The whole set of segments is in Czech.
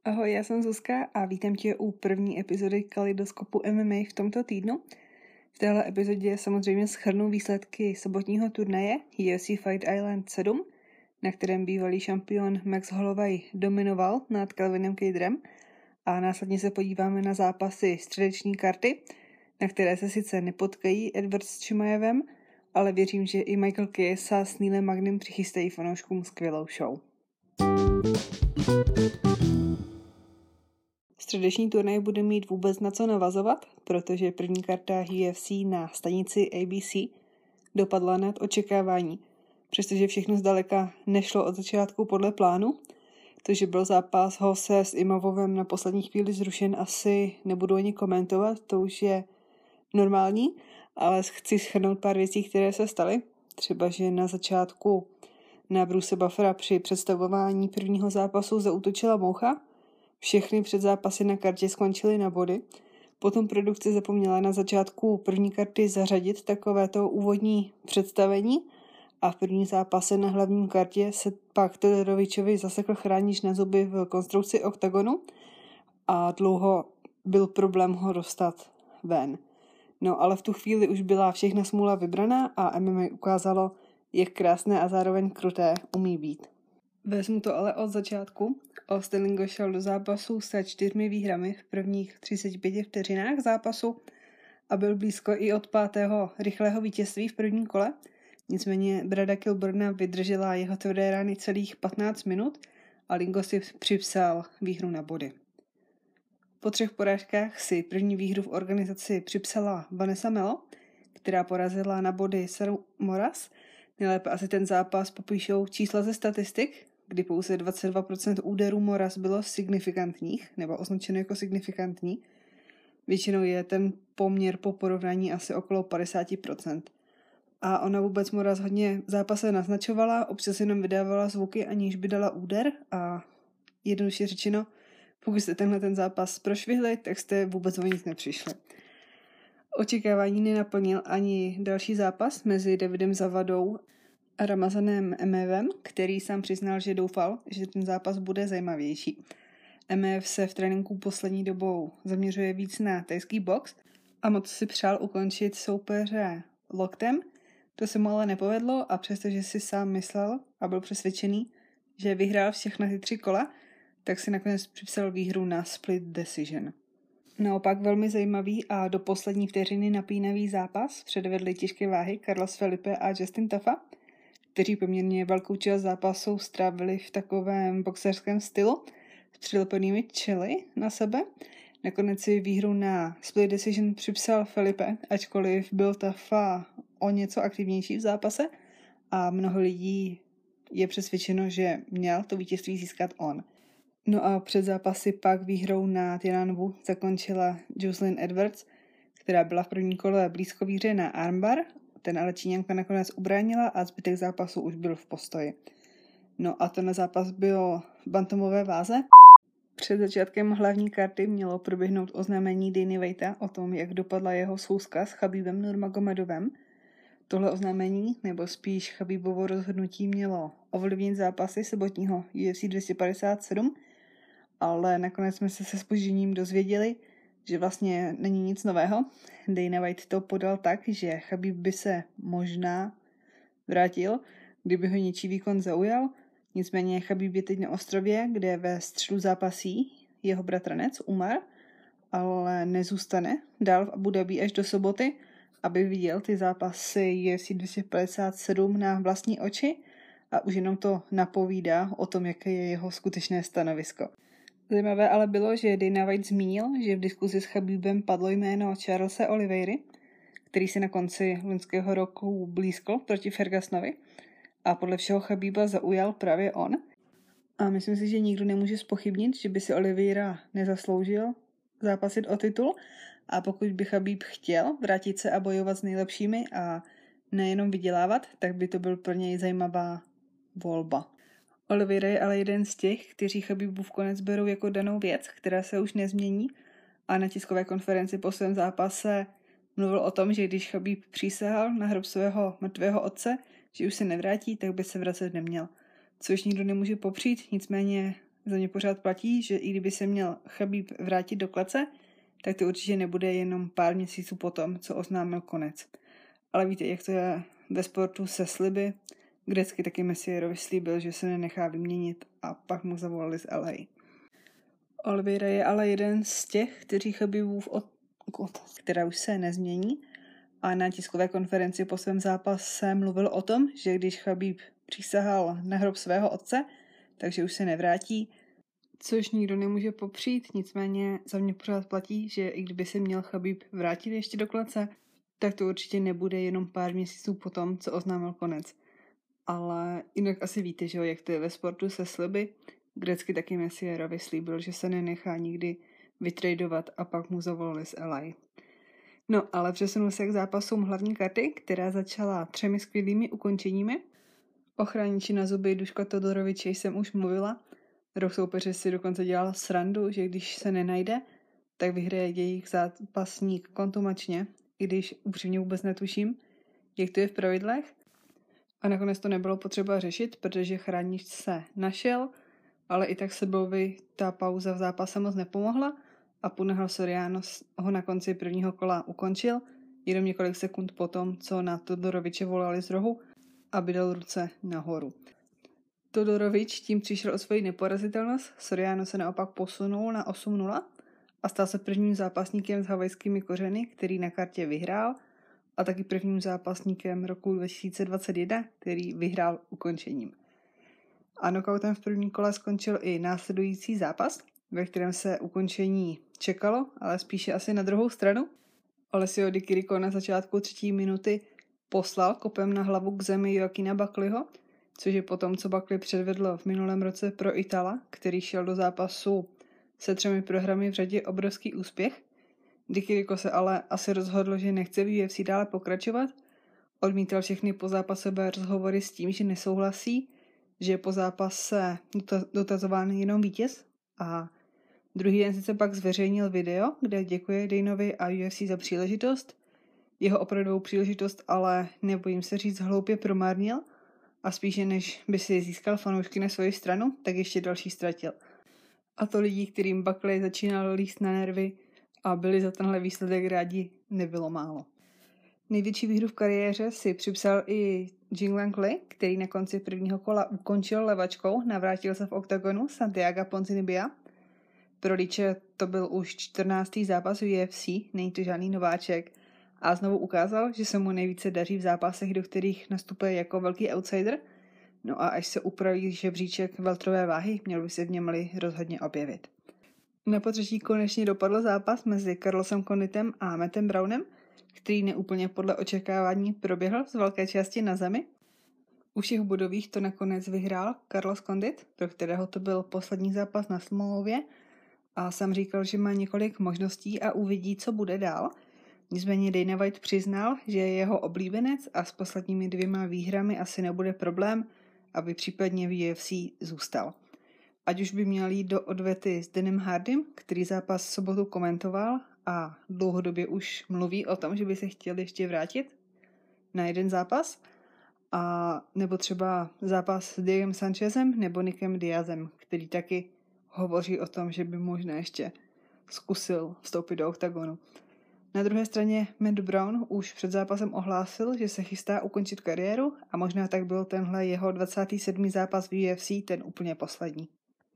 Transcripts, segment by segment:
Ahoj, já jsem Zuzka a vítám tě u první epizody Kaleidoskopu MMA v tomto týdnu. V téhle epizodě samozřejmě shrnu výsledky sobotního turnaje UFC Fight Island 7, na kterém bývalý šampion Max Holloway dominoval nad Calvinem Kattarem, a následně se podíváme na zápasy středeční karty, na které se sice nepotkají Edwards s Chimaevem, ale věřím, že i Michael Chiesa s Neilem Magnym přichystají fanouškům skvělou show. Středeční turnaj bude mít vůbec na co navazovat, protože první karta UFC na stanici ABC dopadla nad očekávání, přestože všechno zdaleka nešlo od začátku podle plánu. To, že byl zápas Hose s Imavovem na poslední chvíli zrušen, asi nebudu ani komentovat, to už je normální, ale chci shrnout pár věcí, které se staly. Třeba, že na začátku na Bruce Buffera při představování prvního zápasu zaútočila moucha. Všechny předzápasy na kartě skončily na body. Potom produkce zapomněla na začátku první karty zařadit takovéto úvodní představení a v první zápase na hlavním kartě se pak Todorovičovi zasekl chránič na zuby v konstrukci oktagonu a dlouho byl problém ho dostat ven. No ale v tu chvíli už byla všechna smůla vybraná a MMA ukázalo, jak krásné a zároveň kruté umí být. Vezmu to ale od začátku. Osterlingo šel do zápasu se 4 výhrami v prvních 35 vteřinách zápasu a byl blízko i od 5. rychlého vítězství v prvním kole. Nicméně Brada Kilburna vydržela jeho tvrdé rány celých 15 minut a Lingo si připsal výhru na body. Po 3 porážkách si první výhru v organizaci připsala Vanessa Melo, která porazila na body Saru Moras. Nejlépe asi ten zápas popíšou čísla ze statistik, kdy pouze 22% úderů Moras bylo signifikantních, nebo označeno jako signifikantní. Většinou je ten poměr po porovnání asi okolo 50%. A ona vůbec Moras hodně v zápase naznačovala, občas jenom vydávala zvuky, aniž by dala úder a jednoduše řečeno, pokud jste ten zápas prošvihli, tak jste vůbec o nic nepřišli. Očekávání nenaplnil ani další zápas mezi Davidem Zavadou a Ramazanem Emevem, který sám přiznal, že doufal, že ten zápas bude zajímavější. Emev se v tréninku poslední dobou zaměřuje víc na thajský box a moc si přál ukončit soupeře loktem. To se mu ale nepovedlo a přestože si sám myslel a byl přesvědčený, že vyhrál všechna ty 3 kola, tak si nakonec připsal výhru na split decision. Naopak velmi zajímavý a do poslední vteřiny napínavý zápas předvedli těžké váhy Carlos Felipe a Justin Tafa, kteří poměrně velkou část zápasu strávili v takovém boxerském stylu s přilepenými čely na sebe. Nakonec si výhru na split decision připsal Felipe, ačkoliv byl Tafa o něco aktivnější v zápase a mnoho lidí je přesvědčeno, že měl to vítězství získat on. No a před zápasy pak výhrou na Tiananwu zakončila Jocelyn Edwards, která byla v prvním kole blízko výhře na armbar, ten ale Číňanka nakonec ubránila a zbytek zápasu už byl v postoji. No a ten zápas byl v bantamové váze. Před začátkem hlavní karty mělo proběhnout oznámení Dany Whitea o tom, jak dopadla jeho schůzka s Khabibem Nurmagomedovem. Tohle oznámení, nebo spíš Khabibovo rozhodnutí, mělo ovlivnit zápasy sobotního UFC 257, ale nakonec jsme se zpožděním dozvěděli, že vlastně není nic nového. Dana White to podal tak, že Khabib by se možná vrátil, kdyby ho něčí výkon zaujal. Nicméně Khabib je teď na ostrově, kde ve středu zápasí jeho bratranec Umar, ale nezůstane dál v Abu Dhabi až do soboty, aby viděl ty zápasy UFC 257 na vlastní oči a už jenom to napovídá o tom, jaké je jeho skutečné stanovisko. Zajímavé ale bylo, že Dana White zmínil, že v diskuzi s Khabibem padlo jméno Charlesa Oliveiry, který se na konci loňského roku blízkl proti Fergusonovi a podle všeho Khabiba zaujal právě on. A myslím si, že nikdo nemůže zpochybnit, že by si Oliveira nezasloužil zápasit o titul a pokud by Khabib chtěl vrátit se a bojovat s nejlepšími a nejenom vydělávat, tak by to byl pro něj zajímavá volba. Oliveira je ale jeden z těch, kteří Khabibův konec berou jako danou věc, která se už nezmění a na tiskové konferenci po svém zápase mluvil o tom, že když Khabib přísahal na hrob svého mrtvého otce, že už se nevrátí, tak by se vracet neměl. Což nikdo nemůže popřít, nicméně Za mě pořád platí, že i kdyby se měl Chabib vrátit do klece, tak to určitě nebude jenom pár měsíců potom, co oznámil konec. Ale víte, jak to je ve sportu se sliby. Grecky taky Messierovi slíbil, že se nenechá vyměnit a pak mu zavolali z LA. Oliveira je ale jeden z těch, kteří Chabibův která už se nezmění, a na tiskové konferenci po svém zápase mluvil o tom, že když Chabib přísahal na hrob svého otce, takže už se nevrátí, což nikdo nemůže popřít, nicméně za mě pořád platí, že i kdyby se měl Chabib vrátit ještě do klece, tak to určitě nebude jenom pár měsíců potom, co oznámil konec. Ale jinak asi víte, že jo, jak to je ve sportu se sliby. Grecky taky Messierovi slíbil, že se nenechá nikdy vytradovat a pak mu zavolali z LA. No, ale přesunu se k zápasům hlavní karty, která začala 3 skvělými ukončeními. O chrániči na zuby Duška Todoroviče jsem už mluvila. Rok soupeře si dokonce dělal srandu, že když se nenajde, tak vyhraje jejich zápasník kontumačně, i když upřímně vůbec netuším, jak to je v pravidlech. A nakonec to nebylo potřeba řešit, protože chránič se našel, ale i tak Srbovi ta pauza v zápase moc nepomohla a Punahou Soriano ho na konci prvního kola ukončil, jenom několik sekund potom, co na Todoroviče volali z rohu, aby dal ruce nahoru. Todorovič tím přišel o svoji neporazitelnost, Soriano se naopak posunul na 8-0 a stal se prvním zápasníkem s havajskými kořeny, který na kartě vyhrál, a taky prvním zápasníkem roku 2021, který vyhrál ukončením. A knockoutem v prvním kole skončil i následující zápas, ve kterém se ukončení čekalo, ale spíše asi na druhou stranu. Alessio Di Chirico na začátku 3. minuty poslal kopem na hlavu k zemi Joaquina Buckleyho, což je potom, co Buckley předvedl v minulém roce pro Itala, který šel do zápasu se 3 prohrami v řadě obrovský úspěch. Di Chirico se ale asi rozhodl, že nechce v UFC dále pokračovat. Odmítal všechny pozápasové rozhovory s tím, že nesouhlasí, že je po zápase dotazován jenom vítěz, a druhý den sice pak zveřejnil video, kde děkuje Danovi a UFC za příležitost. Jeho opravdovou příležitost ale, nebojím se říct, hloupě promárnil a spíše než by si získal fanoušky na svoji stranu, tak ještě další ztratil. A to lidí, kterým Buckley začínal líst na nervy a byli za tenhle výsledek rádi, nebylo málo. Největší výhru v kariéře si připsal i Jingliang Li, který na konci prvního kola ukončil levačkou, navrátil se v oktagonu Santiago Ponzinibbia. Pro Liče to byl už 14. zápas v UFC, není to žádný nováček, a znovu ukázal, že se mu nejvíce daří v zápasech, do kterých nastupuje jako velký outsider. No a až se upraví žebříček welterové váhy, měl by se v něm Li rozhodně objevit. Na potřetí konečně dopadl zápas mezi Carlosem Conditem a Mattem Brownem, který neúplně podle očekávání proběhl z velké části na zemi. U všech bodových to nakonec vyhrál Carlos Condit, pro kterého to byl poslední zápas na smlouvě, a sám říkal, že má několik možností a uvidí, co bude dál. Nicméně Dana White přiznal, že je jeho oblíbenec a s posledními 2 výhrami asi nebude problém, aby případně v UFC zůstal. Ať už by měl jít do odvety s Danem Hardym, který zápas v sobotu komentoval a dlouhodobě už mluví o tom, že by se chtěl ještě vrátit na jeden zápas, a nebo třeba zápas s Diegem Sanchezem nebo Nickem Diazem, který taky hovoří o tom, že by možná ještě zkusil vstoupit do oktagonu. Na druhé straně Matt Brown už před zápasem ohlásil, že se chystá ukončit kariéru a možná tak byl tenhle jeho 27. zápas v UFC ten úplně poslední.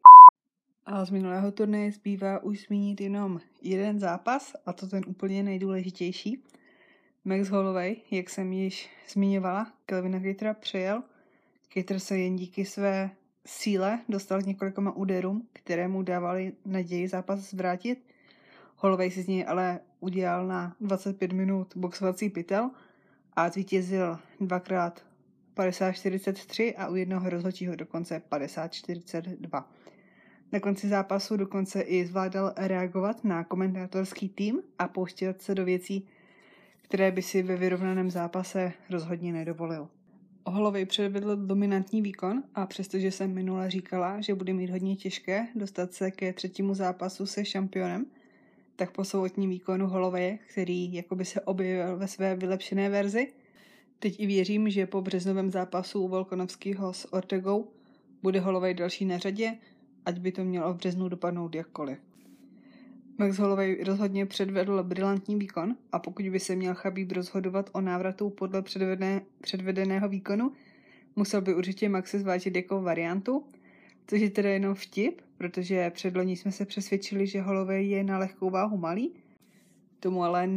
A z minulého turnaje zbývá už zmínit jenom jeden zápas, a to ten úplně nejdůležitější. Max Holloway, jak jsem již zmiňovala, Calvina Katera přejel. Kattar se jen díky své síle dostal k několikoma úderům, které mu dávali naději zápas zvrátit. Holloway si z něj ale udělal na 25 minut boxovací pytel a zvítězil 2x 50-43 a u jednoho rozhodčího dokonce 50-42. Na konci zápasu dokonce i zvládal reagovat na komentátorský tým a pouštět se do věcí, které by si ve vyrovnaném zápase rozhodně nedovolil. Holloway předvedl dominantní výkon a přestože jsem minule říkala, že bude mít hodně těžké dostat se ke 3. zápasu se šampionem, tak po sobotním výkonu Hollowaye, který jakoby se objevil ve své vylepšené verzi, teď i věřím, že po březnovém zápasu Volkanovského s Ortegou bude Holloway další na řadě ať by to mělo v březnu dopadnout jakkoliv. Max Holloway rozhodně předvedl brilantní výkon a pokud by se měl Chabib rozhodovat o návratu podle předvedeného výkonu, musel by určitě Maxe zvážit jako variantu, což je teda jenom vtip, protože předloni jsme se přesvědčili, že Holloway je na lehkou váhu malý. Tomu ale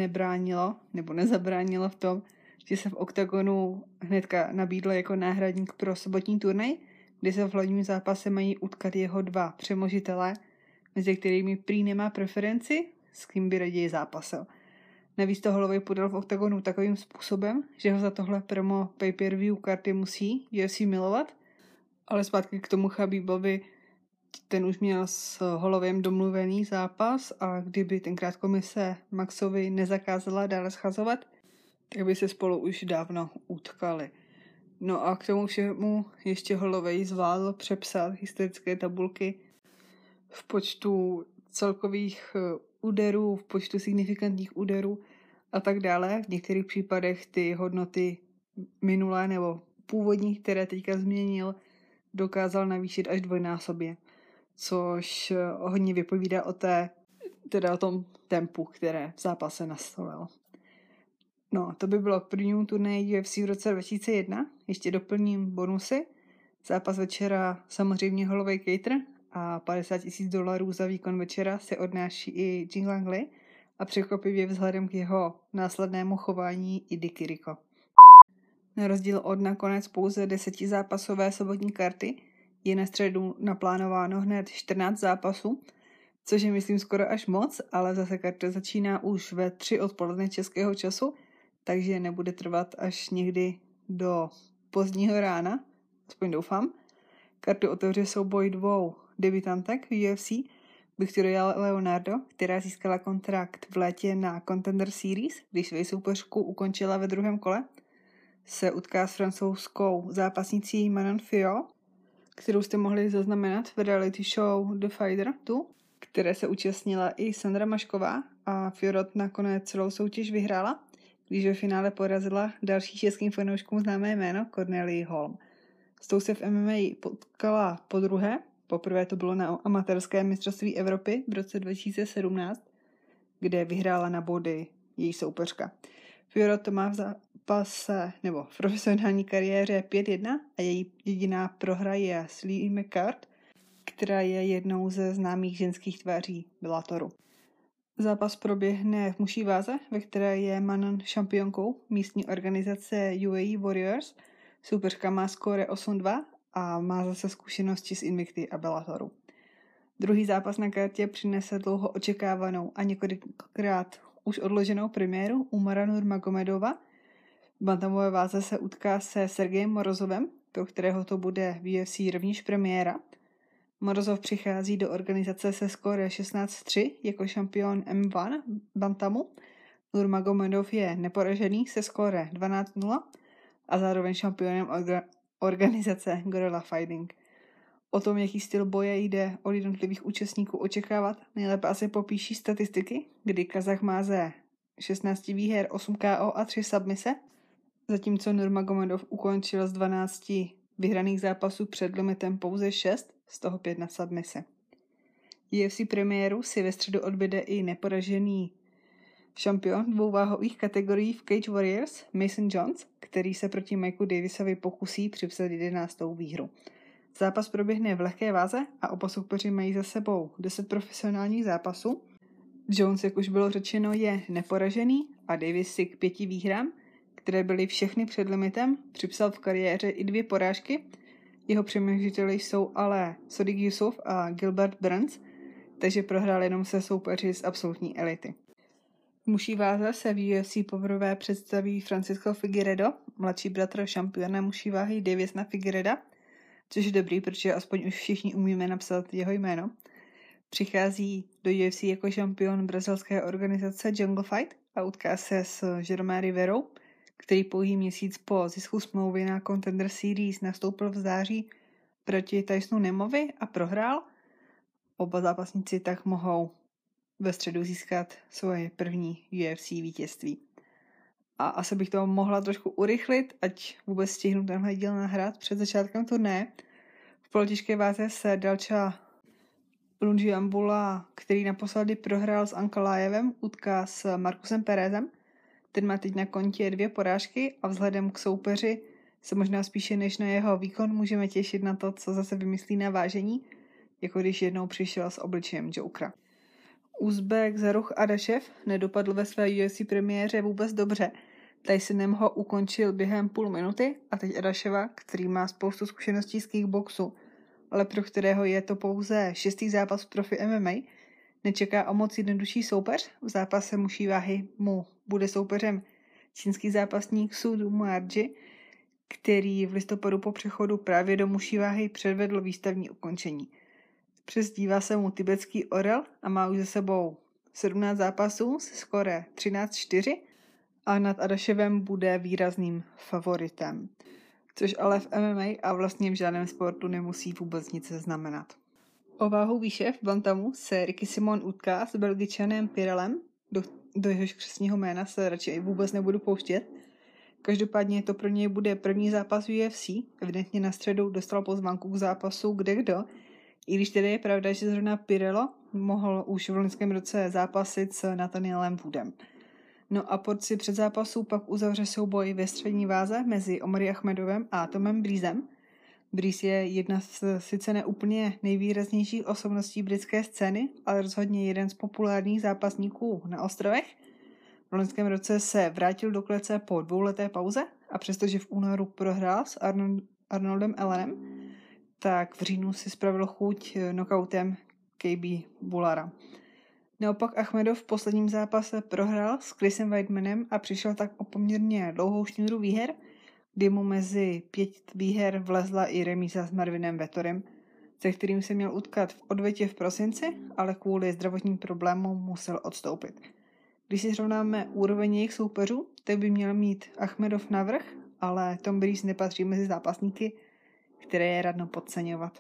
nezabránilo v tom, že se v oktagonu hnedka nabídl jako náhradník pro sobotní turnaj, kde se v hlavním zápase mají utkat jeho dva přemožitelé, mezi kterými prý nemá preferenci, s kým by raději zápasil. Navíc to Holloway podal v oktagonu takovým způsobem, že ho za tohle promo pay-per-view karty musí UFC milovat, ale zpátky k tomu Chabibovi, ten už měl s Hollowayem domluvený zápas a kdyby tenkrát komise Maxovi nezakázala dále schazovat, tak by se spolu už dávno utkali. No a k tomu všemu ještě Holloway zvládl přepsat historické tabulky v počtu celkových úderů, v počtu signifikantních úderů a tak dále. V některých případech ty hodnoty minulé nebo původní, které teďka změnil, dokázal navýšit až dvojnásobně, což hodně vypovídá o tom tempu, které v zápase nastolil. No, to by bylo k prvnímu turnaji UFC v roce 2001. Ještě doplním bonusy. Zápas večera samozřejmě Holloway Kattar a $50,000 za výkon večera se odnáší i Jing Langley a překvapivě vzhledem k jeho následnému chování i Dicky Rico. Na rozdíl od nakonec pouze 10zápasové sobotní karty je na středu naplánováno hned 14 zápasů, což je myslím skoro až moc, ale zase karta začíná už ve 3 odpoledne českého času, takže nebude trvat až někdy do pozdního rána, aspoň doufám. Kartu otevře souboj dvou debutantek v UFC, Victoria Leonardo, která získala kontrakt v létě na Contender Series, když svou soupeřku ukončila ve druhém kole, se utká s francouzskou zápasnicí Manon Fiorot, kterou jste mohli zaznamenat v reality show The Fighter 2, které se účastnila i Sandra Mašková a Fiorot nakonec celou soutěž vyhrála, když ve finále porazila další českým fanouškům známé jméno Cornelie Holm. S tou se v MMA potkala podruhé, poprvé to bylo na amatérském mistrovství Evropy v roce 2017, kde vyhrála na body její soupeřka. Fiorot to má v zápase nebo v profesionální kariéře 5-1 a její jediná prohra je s Lee McCart, která je jednou ze známých ženských tváří Bellatoru. Zápas proběhne v mužší váze, ve které je Manon šampionkou místní organizace UAE Warriors. Soupeřka má skóre 8-2 a má zase zkušenosti s Invicty a Bellatoru. Druhý zápas na kartě přinese dlouho očekávanou a několikrát už odloženou premiéru Umara Nurmagomedova. V bantamové váze se utká se Sergejem Morozovem, pro kterého to bude v UFC rovněž premiéra. Morozov přichází do organizace se skóre 16-3 jako šampion M1 bantamu. Nurmagomedov je neporažený se skóre 12-0 a zároveň šampionem organizace Guerrilla Fighting. O tom, jaký styl boje jde od jednotlivých účastníků očekávat, nejlépe asi popíší statistiky, kdy Kazach má ze 16 výher 8 KO a 3 submise, zatímco Nurmagomedov ukončil z 12 vyhraných zápasů před limitem pouze 6, z toho 5 na submise. UFC premiéru si ve středu odbyde i neporažený šampion dvouváhových kategorií v Cage Warriors Mason Jones, který se proti Mikeu Davisovi pokusí připsat 11. výhru. Zápas proběhne v lehké váze a oba soupeři mají za sebou 10 profesionálních zápasů. Jones, jak už bylo řečeno, je neporažený a Davis si k 5 výhrám, které byly všechny před limitem, připsal v kariéře i 2 porážky. Jeho přemožiteli jsou ale Sodiq Yusuff a Gilbert Burns, takže prohrál jenom se soupeři z absolutní elity. V mužší váze se v UFC poprvé představí Francisco Figueiredo, mladší bratr šampiona mužší váhy Daviesa Figueireda, což je dobrý, protože aspoň už všichni umíme napsat jeho jméno. Přichází do UFC jako šampion brazilské organizace Jungle Fight a utká se s Jerome Riverou, který pouhý měsíc po zisku smlouvy na Contender Series nastoupil v září proti Tysonu Nemovi a prohrál. Oba zápasníci tak mohou ve středu získat svoje první UFC vítězství. A asi bych to mohla trošku urychlit, ať vůbec stihnu tenhle díl nahrát před začátkem turnaje. V polotěžké váze se Dalcha Lungiambula, který naposledy prohrál s Ankalaevem, utká s Markusem Perezem. Ten má teď na kontě 2 porážky a vzhledem k soupeři se možná spíše než na jeho výkon můžeme těšit na to, co zase vymyslí na vážení, jako když jednou přišel s obličejem Jokera. Uzbek Zaruch Adašev nedopadl ve své UFC premiéře vůbec dobře. Tysonem ho ukončil během půl minuty a teď Adaševa, který má spoustu zkušeností z kickboxu, ale pro kterého je to pouze 6. zápas v profi MMA, nečeká o moc jednodušší soupeř. V zápase mužší váhy mu bude soupeřem čínský zápasník Su Muarji, který v listopadu po přechodu právě do mužší váhy předvedl výstavní ukončení. Přezdívá se mu tibetský orel a má už za sebou 17 zápasů se skóre 13-4 a nad Adaševem bude výrazným favoritem. Což ale v MMA a vlastně v žádném sportu nemusí vůbec nic znamenat. O váhu výše v bantamu se Ricky Simon utká s Belgičanem Pirelem, do jehož křestního jména se radši vůbec nebudu pouštět. Každopádně to pro něj bude první zápas UFC, evidentně na středu dostal pozvánku k zápasu kdekdo, i když tedy je pravda, že zrovna Pirello mohl už v loňském roce zápasit s Nathanielem Woodem. No a porci před zápasu pak uzavře souboj ve střední váze mezi Omari Achmedovem a Tomem Breezem. Breeze je jedna z sice neúplně nejvýraznějších osobností britské scény, ale rozhodně jeden z populárních zápasníků na ostrovech. V loňském roce se vrátil do klece po 2leté pauze a přestože v únoru prohrál s Arnoldem Allenem, tak v říjnu si spravil chuť knockoutem KB Bullara. Naopak Achmedov v posledním zápase prohrál s Chrisem Weidmanem a přišel tak o poměrně dlouhou šňůru výher, kdy mu mezi 5 výher vlezla i remíza s Marvinem Vettorem, se kterým se měl utkat v odvetě v prosinci, ale kvůli zdravotním problémům musel odstoupit. Když si srovnáme úroveň jejich soupeřů, tak by měl mít Achmedov navrch, ale Tom Breeze nepatří mezi zápasníky, které je radno podceňovat.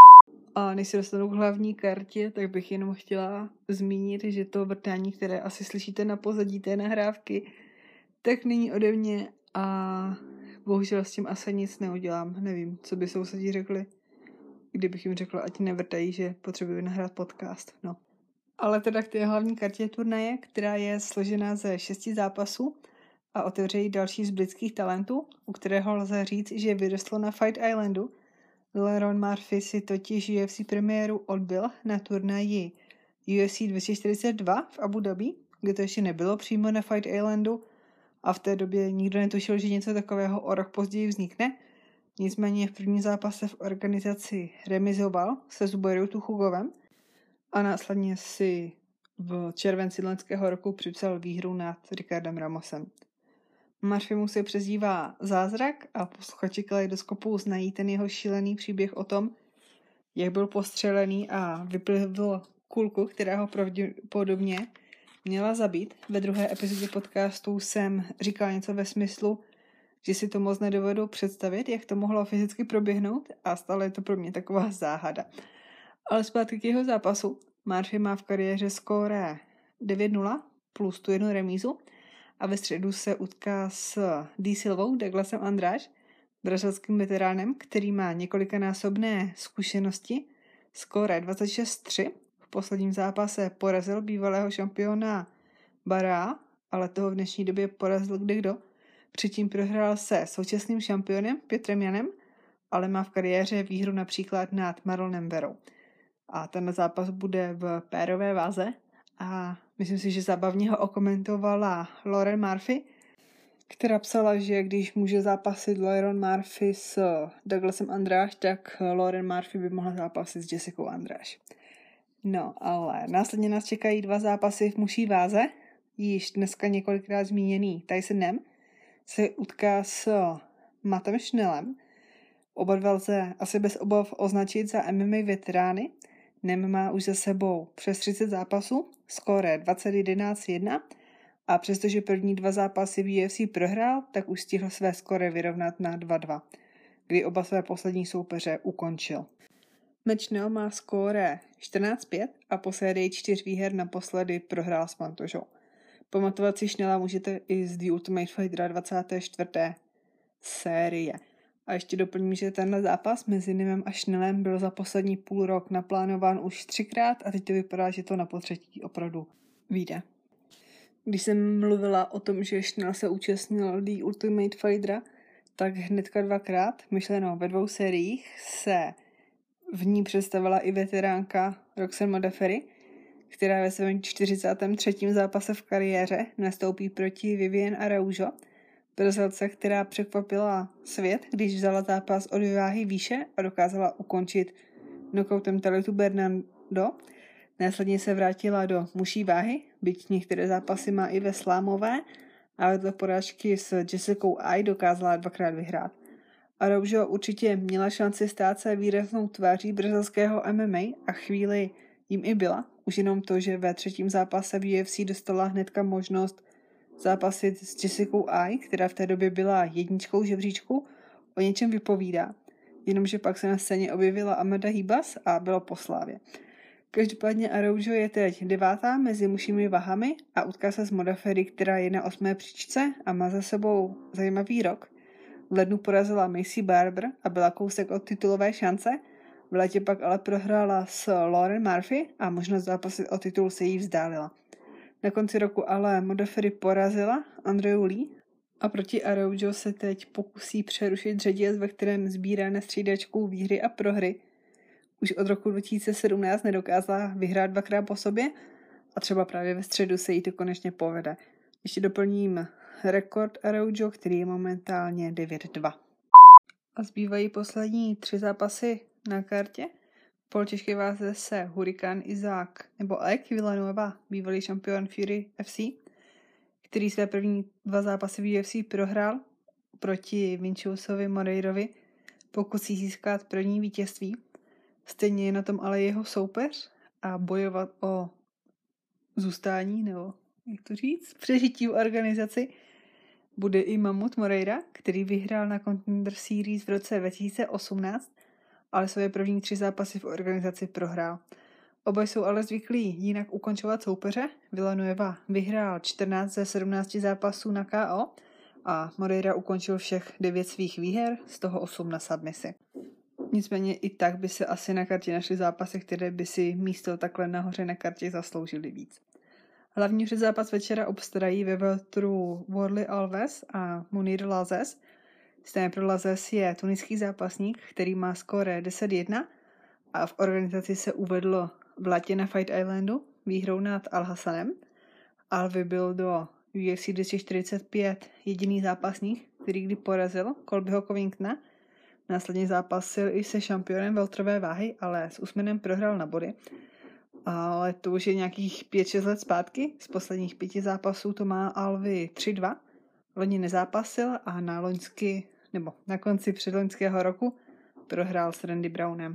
A než se dostanu k hlavní kartě, tak bych jenom chtěla zmínit, že to vrtání, které asi slyšíte na pozadí té nahrávky, tak není ode mě a bohužel s tím asi nic neudělám. Nevím, co by sousedí řekli, kdybych jim řekla, ať nevrtají, že potřebuji nahrát podcast. No. Ale teda k té hlavní kartě turnaje, která je složená ze 6 zápasů a otevře ji další z britských talentů, u kterého lze říct, že vyrostlo na Fight Islandu. Lerone Murphy si totiž UFC premiéru odbyl na turnaji UFC 242 v Abu Dhabi, kde to ještě nebylo přímo na Fight Islandu a v té době nikdo netušil, že něco takového o rok později vznikne. Nicméně v prvním zápase v organizaci remizoval se Zubairou Tuchugovem a následně si v červenci loňského roku připsal výhru nad Ricardem Ramosem. Murphy mu se přezdívá Zázrak a posluchači Kaleidoskopu znají ten jeho šílený příběh o tom, jak byl postřelený a vyplivl kulku, která ho pravděpodobně měla zabít. Ve druhé epizodě podcastu jsem říkala něco ve smyslu, že si to moc nedovedu představit, jak to mohlo fyzicky proběhnout a stále je to pro mě taková záhada. Ale zpátky k jeho zápasu. Murphy má v kariéře skóre 9-0 plus tu jednu remízu a ve středu se utká s D. Silvou, Douglasem Andrade, brazilským veteránem, který má několikanásobné zkušenosti, skóre 26-3. V posledním zápase porazil bývalého šampiona Bará, ale toho v dnešní době porazil kdekdo. Předtím prohrál se současným šampionem Pietrem Janem, ale má v kariéře výhru například nad Marlonem Verou. A ten zápas bude v pérové váze a myslím si, že zábavně ho okomentovala Lauren Murphy, která psala, že když může zápasit Lerone Murphy s Douglasem Andrade, tak Lauren Murphy by mohla zápasit s Jessicou Andrade. No, ale následně nás čekají 2 zápasy v mužší váze. Již dneska několikrát zmíněný Tysonem se utká s Mattem Schnellem. Oba dva lze asi bez obav označit za MMA veterány. Nem má už za sebou přes 30 zápasů, skóre 20-11-1 a přestože první 2 zápasy v UFC prohrál, tak už stihl své skóre vyrovnat na 2-2, kdy oba své poslední soupeře ukončil. Matt Schnell má skóre 14-5 a po sérii 4 výher naposledy prohrál s Pantožou. Pamatovat si Schnella můžete i z The Ultimate Fighter 24. série. A ještě doplním, že tenhle zápas mezi Nimem a Schnellem byl za poslední půl rok naplánován už 3krát a teď to vypadá, že to na potřetí opravdu vyjde. Když jsem mluvila o tom, že Schnell se účastnil The Ultimate Fightera, tak hnedka 2krát, myšleno ve 2 sériích, se v ní představila i veteránka Roxanne Modafferi, která ve svém 43. zápase v kariéře nastoupí proti Viviane Araujo, Brazilce, která překvapila svět, když vzala zápas o 2 váhy výše a dokázala ukončit knockoutem Talitu Bernardo. Následně se vrátila do mužší váhy, byť některé zápasy má i ve slámové, a vedle porážky s Jessicou Ai dokázala 2krát vyhrát. Araujo určitě měla šanci stát se výraznou tváří brazilského MMA a chvíli jim i byla. Už jenom to, že ve 3. zápase v UFC dostala hnedka možnost zápasit s Jessicou Ai, která v té době byla 1. žebříčku, o něčem vypovídá. Jenomže pak se na scéně objevila Amanda Ribas a bylo po slávě. Každopádně Araujo je teď 9. mezi mužskými vahami a utká se s Modafferi, která je na 8. příčce a má za sebou zajímavý rok. V lednu porazila Macy Barber a byla kousek od titulové šance, v létě pak ale prohrála s Lauren Murphy a možnost zápasit o titul se jí vzdálila. Na konci roku ale Modafferi porazila Andreu Lee a proti Araujo se teď pokusí přerušit řetěz, ve kterém sbírá na střídačku výhry a prohry. Už od roku 2017 nedokázala vyhrát 2krát po sobě a třeba právě ve středu se jí to konečně povede. Ještě doplním rekord Araujo, který je momentálně 9-2. A zbývají poslední 3 zápasy na kartě. V polotěžké váze se Hurricane Isaac nebo Ek Villanueva, bývalý šampion Fury FC, který své první 2 zápasy v UFC prohrál proti Vinciusovi Moreirovi, pokusí získat první vítězství. Stejně je na tom ale jeho soupeř a bojovat o zůstání, nebo jak to říct, přežití v organizaci bude i Mamut Moreira, který vyhrál na Contender Series v roce 2018, ale své první 3 zápasy v organizaci prohrál. Oba jsou ale zvyklí jinak ukončovat soupeře. Villanueva vyhrál 14 ze 17 zápasů na KO a Moreira ukončil všech 9 svých výher, z toho 8 na submisi. Nicméně i tak by se asi na kartě našly zápasy, které by si místo takhle nahoře na kartě zasloužily víc. Hlavní předzápas večera obstarají ve welteru Warley Alves a Munir Lazes. Sniper Lazes je tuniský zápasník, který má skóre 10-1 a v organizaci se uvedl v létě na Fight Islandu výhrou nad Al-Hassanem. Alvy byl do UFC 245 jediný zápasník, který kdy porazil Colbyho Covingtona. Následně zápasil i se šampionem welterové váhy, ale s Usmanem prohrál na body. Ale to už je nějakých 5-6 let zpátky. Z posledních 5 zápasů to má Alvy 3-2. Loni nezápasil a na konci předloňského roku prohrál s Randy Brownem.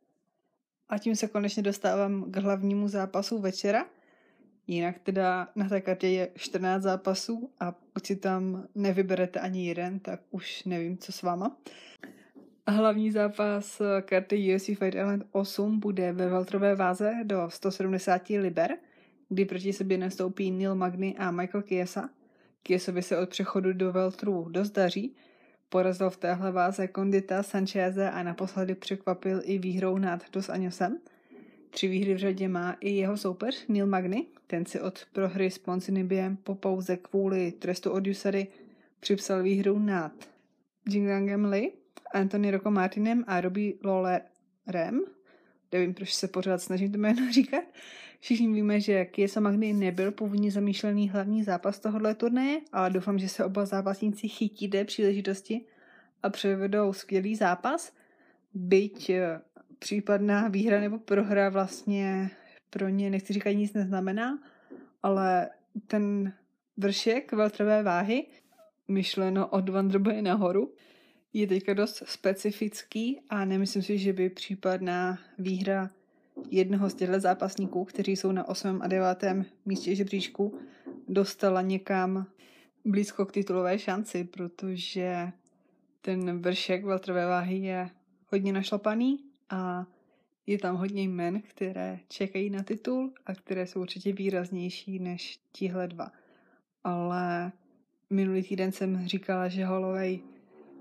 A tím se konečně dostávám k hlavnímu zápasu večera. Jinak teda na té kartě je 14 zápasů a pokud si tam nevyberete ani jeden, tak už nevím, co s váma. A hlavní zápas karty UFC Fight Island 8 bude ve welterové váze do 170 liber, kdy proti sobě nastoupí Neil Magny a Michael Chiesa. Chiesovi se od přechodu do welteru dost daří. Porazil v téhle váze Condita Sancheze a naposledy překvapil i výhrou nad Dos Anjosem. 3 výhry v řadě má i jeho soupeř Neil Magny. Ten si od prohry s Ponzinibiem po pauze kvůli trestu od USADA připsal výhru nad Jinglangem Lee, Anthony Rocco Martinem a Robbie Lawlerem. Nevím, proč se pořád snažím to jméno říkat. Všichni víme, že Chiesa Magny nebyl původně zamýšlený hlavní zápas tohohle turnaje, ale doufám, že se oba zápasníci chytí té příležitosti a převedou skvělý zápas. Byť případná výhra nebo prohra vlastně pro ně, nechci říkat, nic neznamená, ale ten vršek welterové váhy, myšleno od Wonderboye nahoru, je teďka dost specifický a nemyslím si, že by případná výhra jednoho z těchto zápasníků, kteří jsou na 8. a 9. místě žebříčku, dostala někam blízko k titulové šanci, protože ten vršek welterové váhy je hodně našlapaný a je tam hodně jmen, které čekají na titul a které jsou určitě výraznější než tihle 2. Ale minulý týden jsem říkala, že Holloway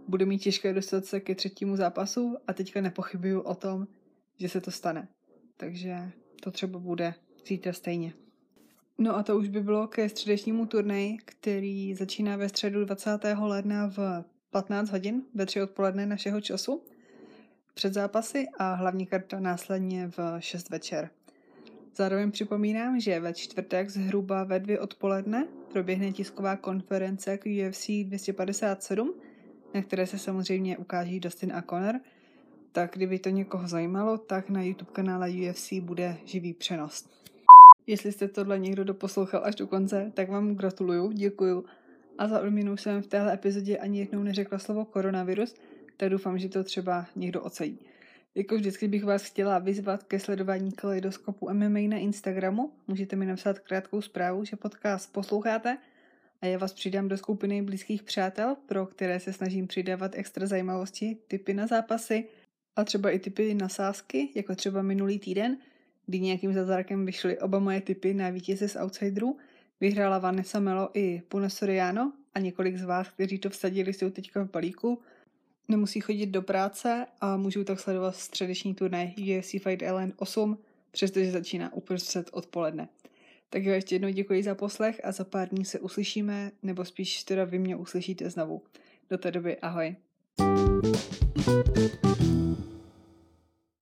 bude mít těžké dostat se ke třetímu zápasu a teďka nepochybuju o tom, že se to stane. Takže to třeba bude zítra stejně. No a to už by bylo ke středečnímu turnaji, který začíná ve středu 20. ledna v 15 hodin, ve 3 odpoledne našeho času, před zápasy a hlavní karta následně v 6 večer. Zároveň připomínám, že ve čtvrtek zhruba ve 2 odpoledne proběhne tisková konference k UFC 257, na které se samozřejmě ukáží Dustin a Conor. Tak kdyby to někoho zajímalo, tak na YouTube kanále UFC bude živý přenos. Jestli jste tohle někdo doposlouchal až do konce, tak vám gratuluju, děkuju. A za odměnu jsem v téhle epizodě ani jednou neřekla slovo koronavirus, tak doufám, že to třeba někdo ocení. Jako vždycky bych vás chtěla vyzvat ke sledování Kaleidoskopu MMA na Instagramu. Můžete mi napsat krátkou zprávu, že podcast posloucháte a já vás přidám do skupiny blízkých přátel, pro které se snažím přidávat extra zajímavosti, tipy na zápasy a třeba i tipy na sázky, jako třeba minulý týden, kdy nějakým zázrakem vyšly oba moje tipy na vítěze z Outsiderů. Vyhrála Vanessa Melo i Puna Soriano a několik z vás, kteří to vsadili, jsou teďka v balíku. Nemusí chodit do práce a můžou tak sledovat středeční turnaj UFC Fight Island 8, přestože začíná uprostřed odpoledne. Tak jo, ještě jednou děkuji za poslech a za pár dní se uslyšíme, nebo spíš teda vy mě uslyšíte znovu. Do té doby ahoj.